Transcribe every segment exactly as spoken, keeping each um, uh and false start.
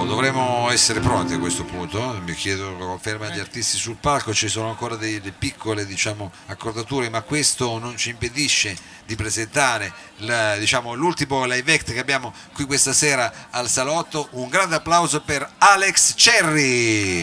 dovremmo essere pronti a questo punto. Mi chiedo conferma agli artisti sul palco, ci sono ancora delle piccole, diciamo, accordature, ma questo non ci impedisce di presentare la, diciamo, l'ultimo live act che abbiamo qui questa sera al salotto. Un grande applauso per Alex Cherry.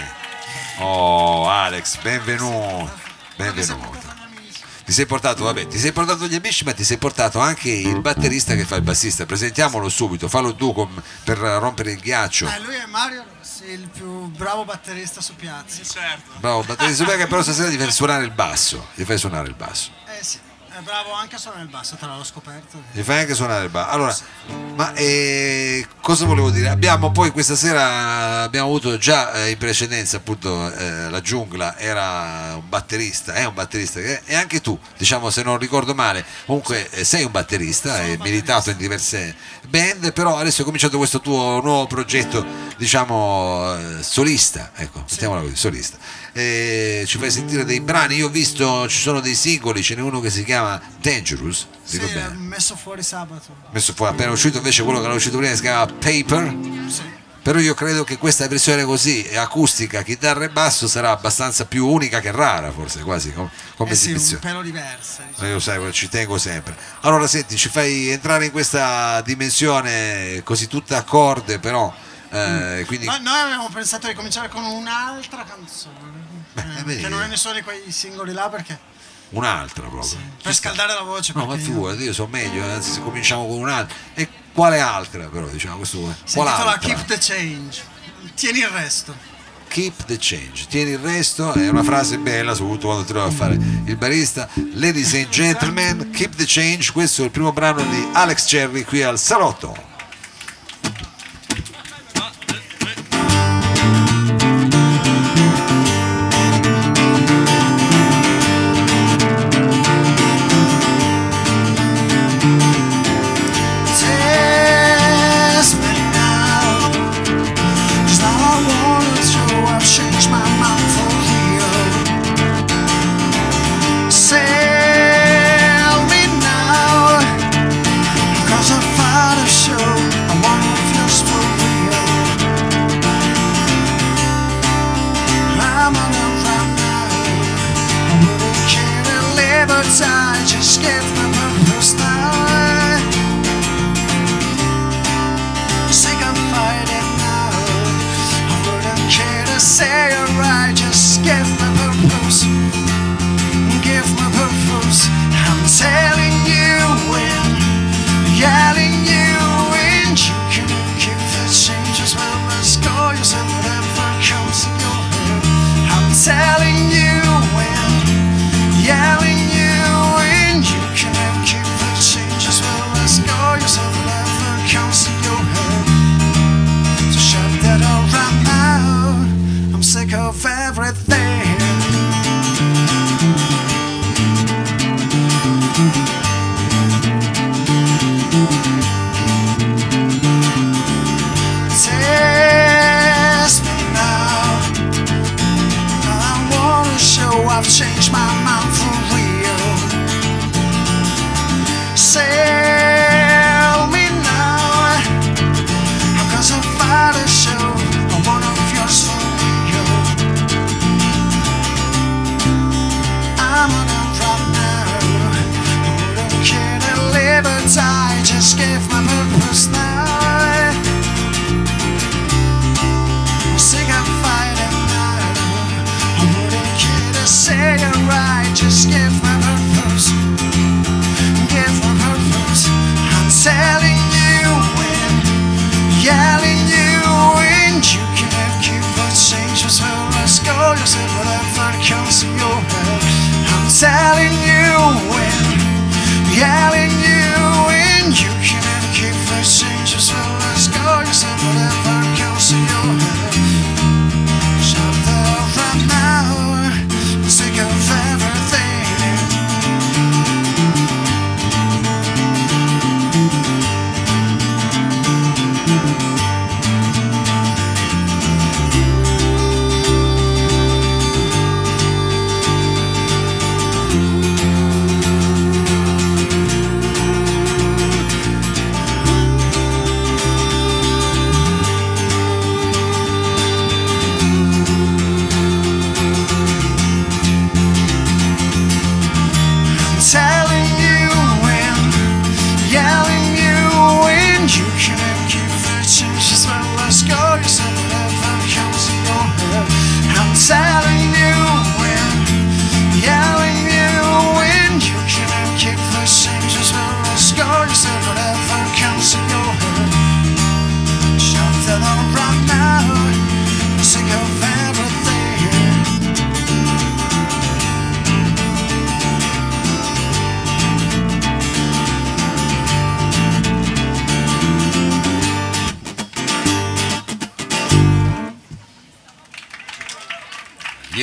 Oh Alex, benvenuto, benvenuto. Ti sei portato, vabbè, ti sei portato gli amici, ma ti sei portato anche il batterista che fa il bassista. Presentiamolo subito, fallo tu com- per rompere il ghiaccio. Eh, lui è Mario Rossi, il più bravo batterista su Piazza. Certo. Bravo batterista, che però stasera ti fai suonare il basso. Ti fai suonare il basso. Eh sì, è bravo anche a suonare il basso, te l'ho scoperto. Ti fai anche suonare il basso. Allora, ma eh, cosa volevo dire? Abbiamo poi questa sera abbiamo avuto già eh, in precedenza appunto eh, la Giungla era un batterista, è un batterista che- e anche tu, diciamo se non ricordo male, comunque eh, sei un batterista, hai militato in diverse band, però adesso è cominciato questo tuo nuovo progetto, diciamo eh, solista, ecco, mettiamola così, solista. Eh, ci fai sentire dei brani, io ho visto ci sono dei singoli, ce n'è uno che si chiama Dangerous, Sì, dico è bene. messo fuori sabato. Messo fuori, appena uscito invece quello che era uscito prima si chiama Paper, Sì. però io credo che questa versione così acustica, chitarra e basso sarà abbastanza più unica che rara, forse quasi come, come Eh sì, un esibizione. pelo diversa. Ma Diciamo. io sai, ci tengo sempre. Allora senti, ci fai entrare in questa dimensione così tutta a corde, però eh, quindi Ma noi avevamo pensato di cominciare con un'altra canzone. Beh, eh, vedi. che non è nessuno di quei singoli là perché. un'altra proprio. Per scaldare la voce. No, ma perché io- figurati, io so meglio, anzi se cominciamo con un'altra. E quale altra però, diciamo, questo Si quale intitola altra? Keep the Change. Tieni il resto. Keep the change, tieni il resto, è una frase bella, soprattutto quando ti trovi a fare il barista. Ladies and gentlemen, keep the change, questo è il primo brano di Alex Cherry qui al salotto. Test me now, 'cause now I wanna throw, I've changed my mind for you. Sell me now, 'cause I find a show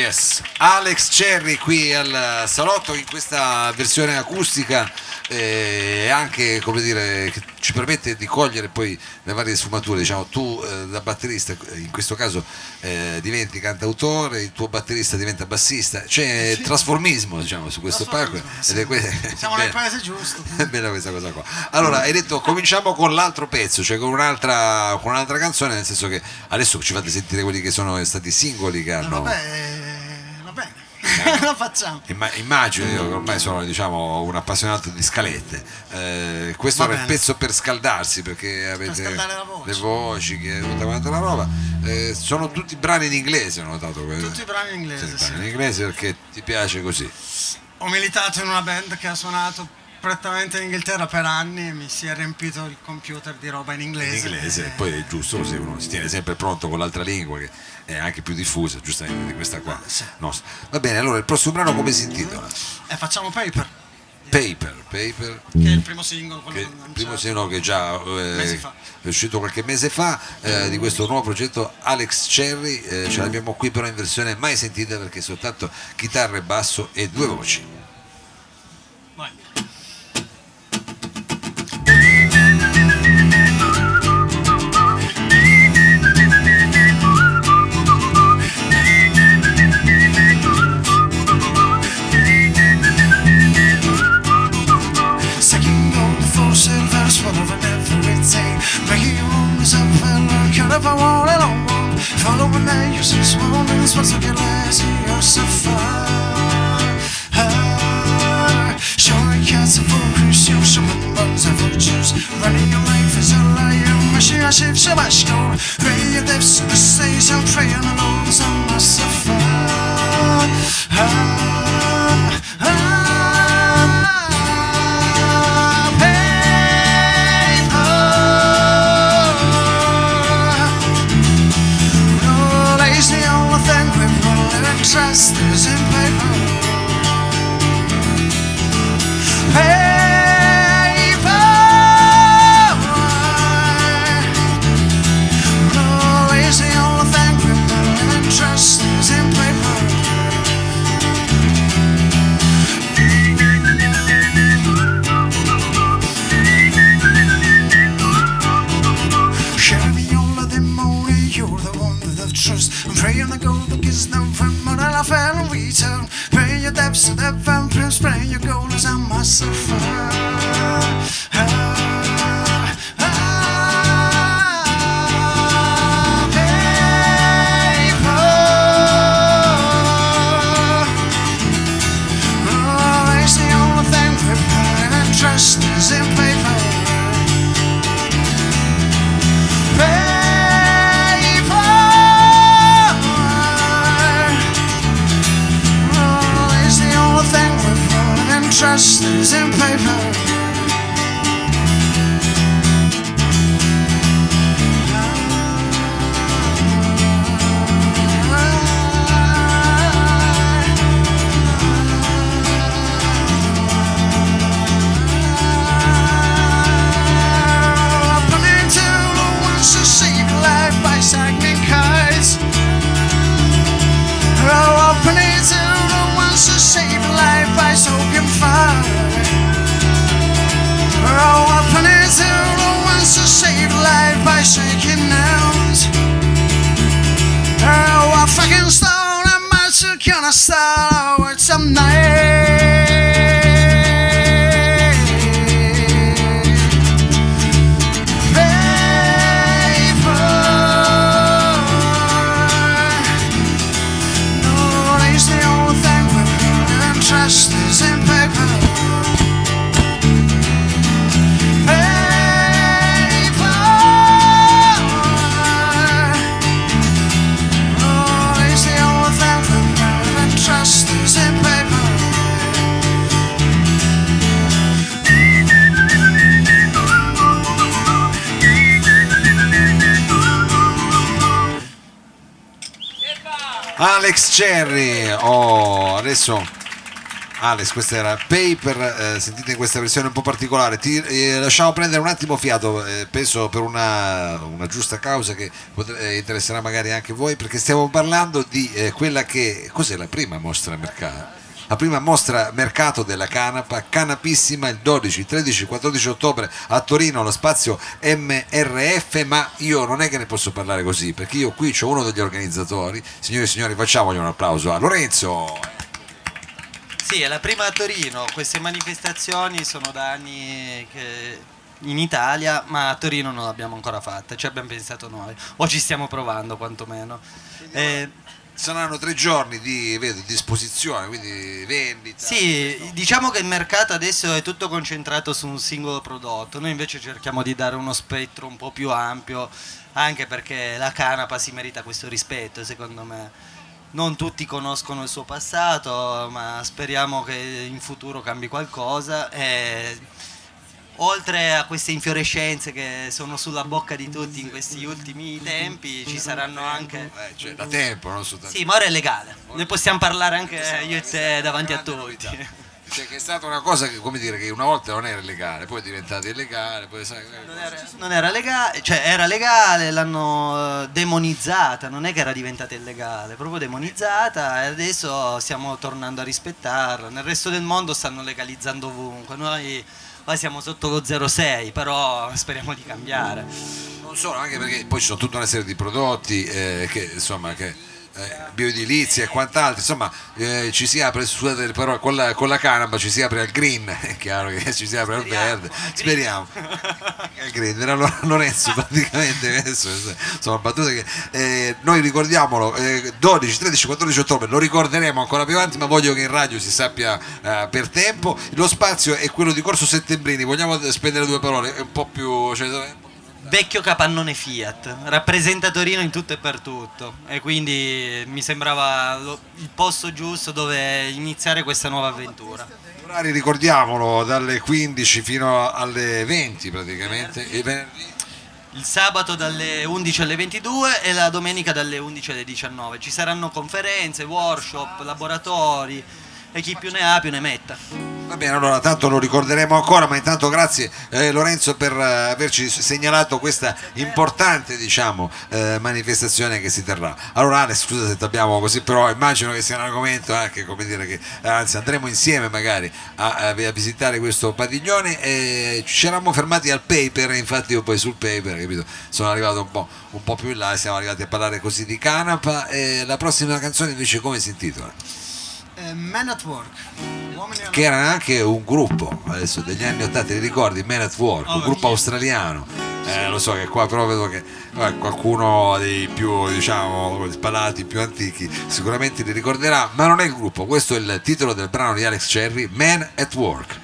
Yes, Alex Cherry qui al salotto in questa versione acustica e eh, anche, come dire, che ci permette di cogliere poi le varie sfumature. Diciamo, tu eh, da batterista in questo caso eh, diventi cantautore, il tuo batterista diventa bassista, c'è sì. trasformismo, diciamo, su questo palco sì. ed è que- siamo nel paese giusto. È bella questa cosa qua. Allora, hai detto cominciamo con l'altro pezzo, cioè con un'altra, con un'altra canzone, nel senso che adesso ci fate sentire quelli che sono stati singoli che hanno... Vabbè, va bene. Lo facciamo. Imma- immagino, io che ormai sono, diciamo, un appassionato di scalette. Eh, questo Va era il bene. pezzo per scaldarsi, perché avete scaldare la voce. le voci, che tutta quanta la roba. Eh, sono tutti brani in inglese, ho notato. Tutti brani in inglese, Sì, sì. brani in inglese perché ti piace così. Ho militato in una band che ha suonato prettamente in Inghilterra per anni e mi si è riempito il computer di roba in inglese. In inglese, e... poi è giusto così, uno si tiene sempre pronto con l'altra lingua che è anche più diffusa, giustamente, di questa qua. Sì. Nostra. Va bene, allora il prossimo brano come si intitola? E facciamo Paper, Paper, Paper. che è il primo singolo, quello Che che il primo singolo che già eh, Mesi fa. è uscito qualche mese fa eh, di questo nuovo progetto Alex Cherry, eh, ce l'abbiamo qui però in versione mai sentita perché soltanto chitarra e basso e due voci. Vai. Second gold, four silvers, whatever every day. Breaking your own is a fella, cut up a wall and on one. Following the useless moments, but to get lazy, you're so far. Showing cats of crucial, showing buns of virtues. Running your life is a lion, machine I shift so much gold. Pray your depths to the stage, I'm praying alone, so I must suffer. Ah, ah. Trust is in paper. Paper. Always the only thing we believe in. Trust is in paper. Carry me all of the money, you're the one with the trust. I'm praying the gold that gives no fun. I fell and return. Pray your depths to the vampires. Pray your gold as I must suffer. Ah, ah, paper. Always the only thing we believe in. Trust is in paper. Trust is in paper. Open into the ones who save life by sagging kites. Oh, open into the ones who save life by soaking fire. Oh, open into the ones who save life by shaking hands. Oh, a fucking stone and master gonna start with some night. Trust is in paper. Paper. Oh, it's the only thing for me. And trust is in paper. Alex Cherry, oh, adesso Alex, questa era Paper, eh, sentite in questa versione un po' particolare. Ti eh, lasciamo prendere un attimo fiato, eh, penso per una, una giusta causa che potre, eh, interesserà magari anche voi, perché stiamo parlando di eh, quella che, cos'è la prima mostra mercato? La prima mostra mercato della canapa, Canapissima, il dodici, tredici, quattordici ottobre a Torino, allo spazio M R F, ma io non è che ne posso parlare così, perché io qui c'ho uno degli organizzatori. Signori e signori, facciamogli un applauso a Lorenzo. Sì, è la prima a Torino. Queste manifestazioni sono da anni che in Italia, ma a Torino non l'abbiamo ancora fatta, ci abbiamo pensato noi, o ci stiamo provando quantomeno. Eh, Saranno tre giorni di, vedo, di esposizione, quindi vendita. Sì, diciamo che il mercato adesso è tutto concentrato su un singolo prodotto, noi invece cerchiamo di dare uno spettro un po' più ampio, anche perché la canapa si merita questo rispetto, secondo me. Non tutti conoscono il suo passato, ma speriamo che in futuro cambi qualcosa. E oltre a queste infiorescenze che sono sulla bocca di tutti in questi ultimi tempi, ci saranno anche... Eh, cioè, da tempo, non soltanto... Sì, ma ora è legale, ne possiamo parlare anche io e te davanti a tutti. Cioè, che è stata una cosa che, come dire, che una volta non era legale, poi è diventata illegale, poi sai... Non era, non era legale, cioè era legale, l'hanno eh, demonizzata, non è che era diventata illegale, proprio demonizzata, e adesso stiamo tornando a rispettarla. Nel resto del mondo stanno legalizzando ovunque, noi... Poi siamo sotto lo zero virgola sei, però speriamo di cambiare. Non solo, anche perché poi ci sono tutta una serie di prodotti eh, che insomma che eh, bioedilizia e quant'altro, insomma eh, ci si apre, scusate le parole, con la, con la canapa ci si apre al green, è chiaro che ci si apre al verde, speriamo. Al green, era Lorenzo praticamente, adesso sono battute che eh, noi ricordiamolo, eh, dodici, tredici, quattordici ottobre, lo ricorderemo ancora più avanti, ma voglio che in radio si sappia eh, per tempo. Lo spazio è quello di Corso Settembrini, vogliamo spendere due parole, è un po' più... Cioè, vecchio capannone Fiat, rappresenta Torino in tutto e per tutto, e quindi mi sembrava lo, il posto giusto dove iniziare questa nuova avventura. Gli orari ricordiamolo, dalle quindici fino alle venti praticamente, e venerdì. Il sabato dalle undici alle ventidue e la domenica dalle undici alle diciannove. Ci saranno conferenze, workshop, laboratori, e chi più ne ha più ne metta. Va bene, allora tanto lo ricorderemo ancora, ma intanto grazie eh, Lorenzo per eh, averci segnalato questa importante, diciamo, eh, manifestazione che si terrà. Allora Ale, scusa se ti abbiamo così, però immagino che sia un argomento anche, come dire, che anzi andremo insieme magari a, a, a visitare questo padiglione, e ci eravamo fermati al paper, infatti io poi sul paper, capito, sono arrivato un po', un po' più in là, siamo arrivati a parlare così di canapa, e la prossima canzone invece come si intitola? Uh, Men at Work, che era anche un gruppo adesso degli anni ottanta, ti ricordi? Men at Work, un gruppo australiano, eh, lo so che qua però vedo che eh, qualcuno dei più, diciamo, spalati, più antichi sicuramente li ricorderà, ma non è il gruppo. Questo è il titolo del brano di Alex Cherry, Men at Work.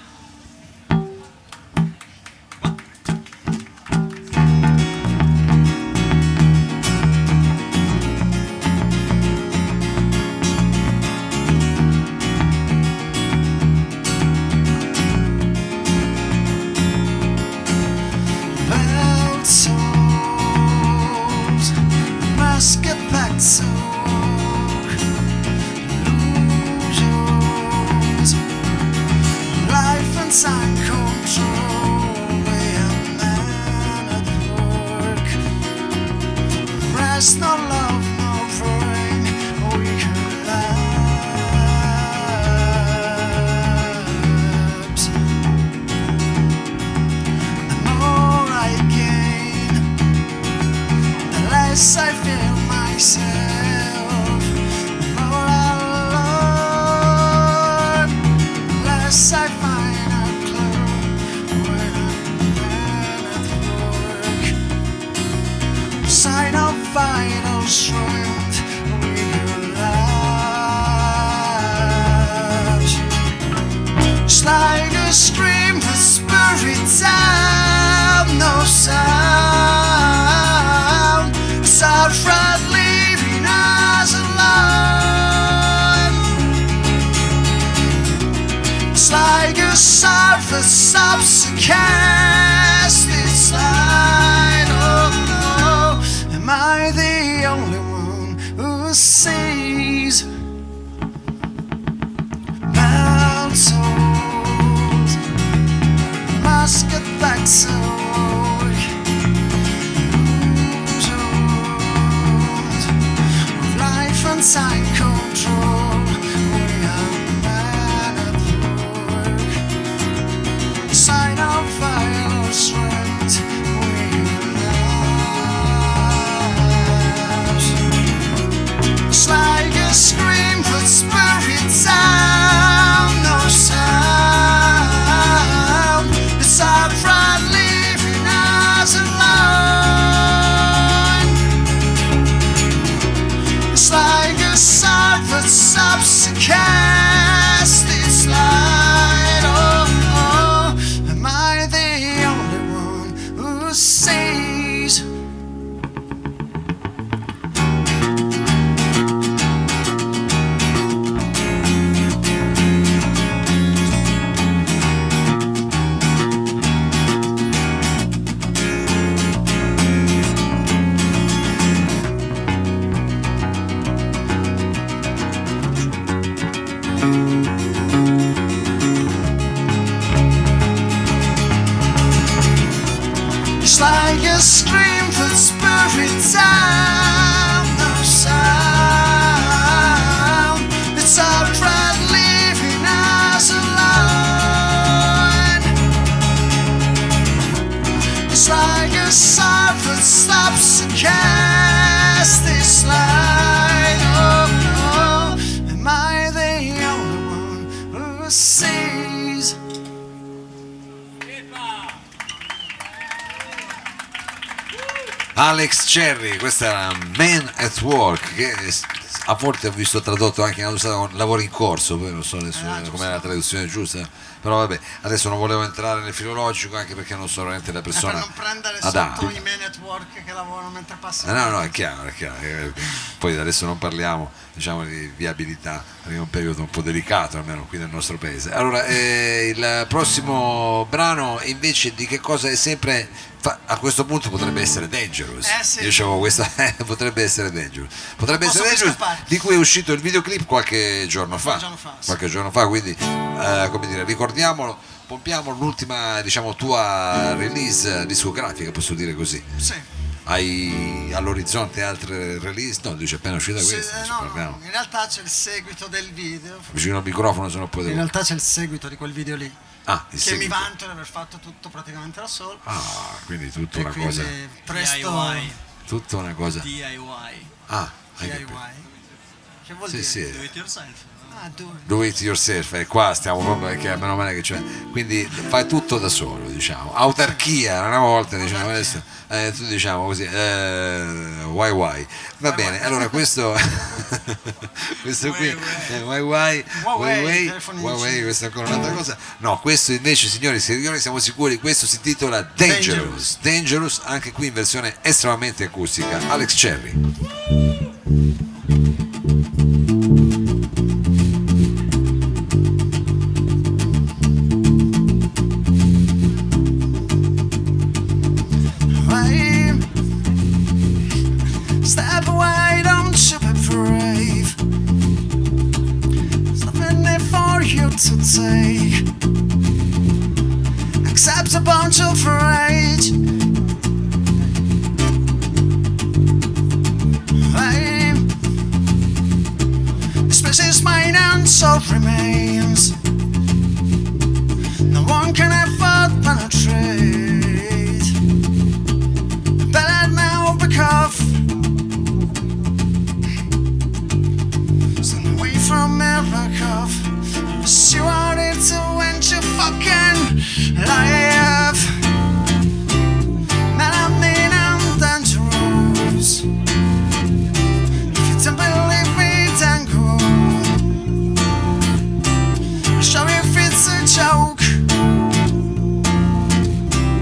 I feel myself, the more I learn, the less I find a clue when I'm at work. Sign of vital strength, weaker lives. It's like a scream, the spirits have no sound. Our friend leaving us alone. It's like a surface subscast this line. Oh no, am I the only one who sees? Well, to work. With life and time control, we are men at work. Sign of violent strength, we love. It's like a scream but spirit sound, no sound. It's our pride leaving us alone. It's like a sword that stops to cast its light. Oh, oh, am I the only one who sees? It's like a scream that's buried down, no sound. It's our pride leaving us alone. It's like a sword that stops to cast its light. Oh, oh, am I the only one who sees? Alex Cherry, questa era Man at Work, che a volte ho visto tradotto anche in australiano con lavoro in corso, poi non so adesso Ah, com'è la traduzione giusta, però vabbè, adesso non volevo entrare nel filologico anche perché non sono veramente la È per persona non prendere adatta. sotto i men at work che lavorano mentre passano. Eh, no, no, è chiaro, è chiaro. eh, Poi adesso non parliamo, diciamo, di viabilità, perché è un periodo un po' delicato, almeno qui nel nostro paese. Allora, eh, il prossimo brano invece di che cosa è sempre, fa- a questo punto potrebbe essere Dangerous. Eh, sì. Dicevo, questa eh, potrebbe essere Dangerous. Potrebbe Posso essere Dangerous, scappare? di cui è uscito il videoclip qualche giorno fa. giorno fa, sì. Qualche giorno fa, quindi eh, come dire, ricordiamolo, pompiamo l'ultima, diciamo, tua release discografica, posso dire così. Sì. Hai all'orizzonte altre release? No, dice appena uscita Sì, questa, eh, adesso no, parliamo. in realtà c'è il seguito del video. Vicino al microfono se no poi In devo... realtà c'è il seguito di quel video lì. Ah, il Che mi seguito. vanto di aver fatto tutto praticamente da solo. Ah, quindi tutta E una quindi cosa, presto D I Y. tutta una cosa. D I Y. Ah, D I anche Y. per- Che vuol Sì, dire? sì. Do it yourself. Ah, do. Do it yourself, e qua stiamo proprio perché meno male che c'è. Quindi fai tutto da solo, diciamo. Autarchia, una volta diciamo adesso, eh, tu diciamo così, eh, why why. Va bene, allora questo questo qui eh, why why Huawei, why why telefoni Huawei, vicini. questa è ancora un'altra cosa. No, questo invece, signori, signori, siamo sicuri, questo si intitola Dangerous. Dangerous, anche qui in versione estremamente acustica. Alex Cherry. Hey, step away, don't you be brave. There's nothing there for you to take. Accept a bunch of rage. Hey, this place is mine and so remains. No one can afford penetrate. Better now because stand away from America. Cause you are it to end your fucking life. Man, I mean I'm dangerous. If you don't believe me, then go. Show me if it's a joke.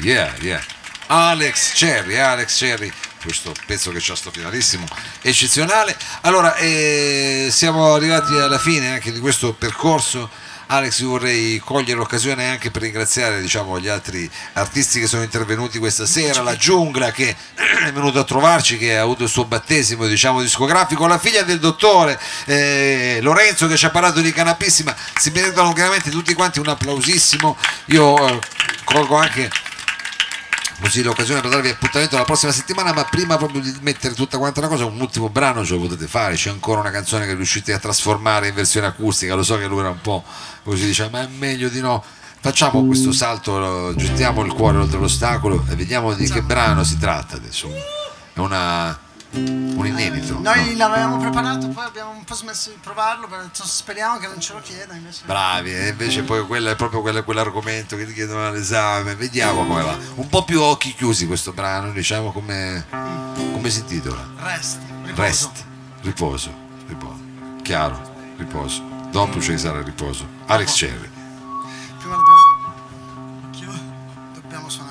yeah, yeah. Alex Cherry, Alex Cherry, questo pezzo che c'ha sto finalissimo eccezionale. Allora, eh, siamo arrivati alla fine anche di questo percorso. Alex, io vorrei cogliere l'occasione anche per ringraziare, diciamo, gli altri artisti che sono intervenuti questa sera, la Giungla che è venuto a trovarci, che ha avuto il suo battesimo, diciamo, discografico, la figlia del dottore, eh, Lorenzo, che ci ha parlato di Canapissima. Si meritano chiaramente tutti quanti un applausissimo. Io eh, colgo anche così l'occasione per darvi appuntamento la prossima settimana, ma prima proprio di mettere tutta quanta la cosa, un ultimo brano ce lo potete fare, c'è ancora una canzone che riuscite a trasformare in versione acustica. Lo so che lui era un po' così, diciamo, ma è meglio di no. Facciamo questo salto, gettiamo il cuore oltre l'ostacolo e vediamo di che brano si tratta adesso. È una un inedito. Eh, noi no? l'avevamo preparato, poi abbiamo un po' smesso di provarlo, perché speriamo che non ce lo chieda. Invece. Bravi, e invece poi quello è proprio quello, quell'argomento che ti chiedono all'esame. Vediamo come va. Un po' più occhi chiusi questo brano, diciamo, come, come si intitola? Rest, riposo. Rest, riposo, riposo. Chiaro, riposo. Dopo ci sarà il riposo. Alex Cherry. Prima dobbiamo, Chiu- dobbiamo suonarlo.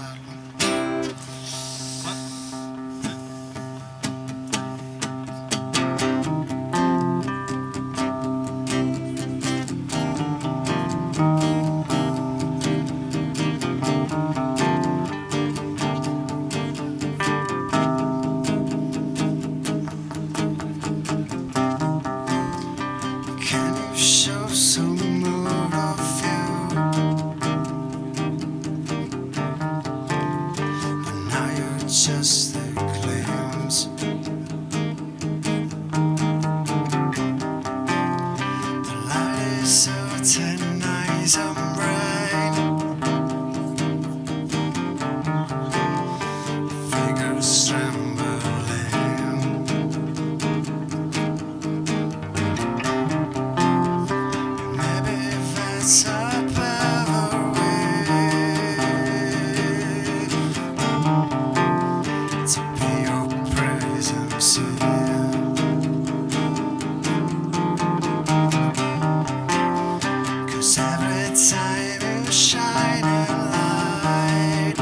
Can you show some more of you? But now you're just the claims. The light is so tonight, I'm bright. Fingers trembling. Maybe that's a better way to be your presence here. 'Cause every time you shine a light,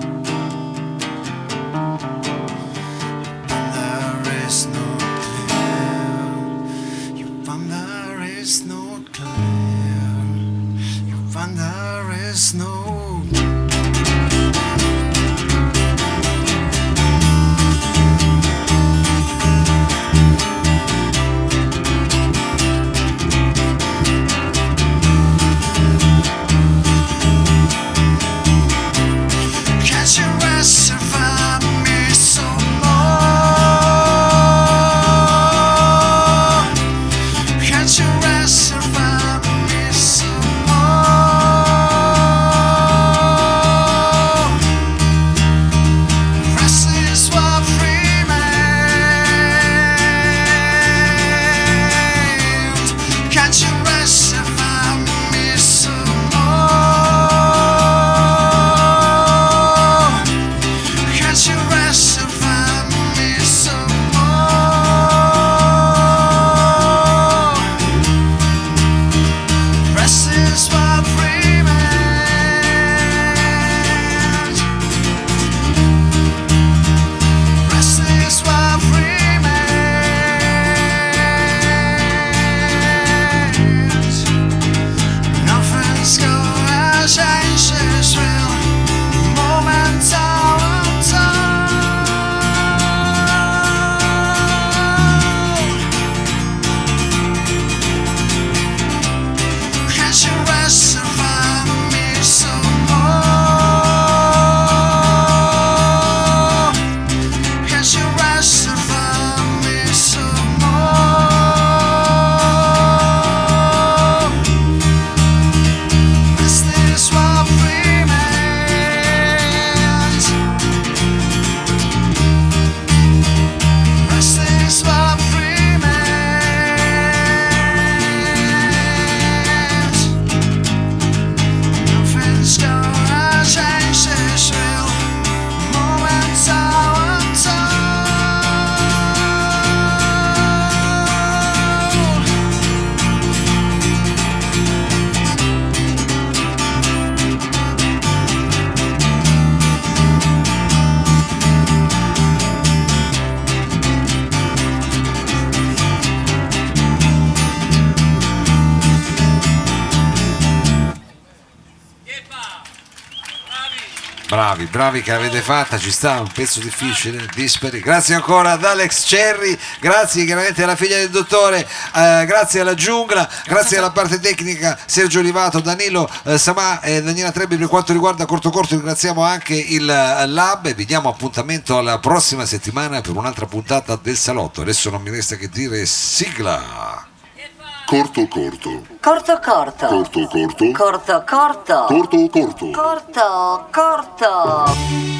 and there is no clear. You find there is no clear. You find there is no. Can't you rest survive me some more? Can't you rest survive me some more? Bravi, bravi che l'avete fatta, ci sta, un pezzo difficile, disperi. Grazie ancora ad Alex Cherry, grazie chiaramente alla figlia del dottore, eh, grazie alla giungla, grazie, grazie alla parte tecnica Sergio Olivato, Danilo eh, Samà e Daniela Trebbi. Per quanto riguarda Corto Corto ringraziamo anche il Lab e vi diamo appuntamento alla prossima settimana per un'altra puntata del Salotto. Adesso non mi resta che dire sigla. Corto corto. Corto corto. Corto corto. Corto corto. Corto corto. Corto corto.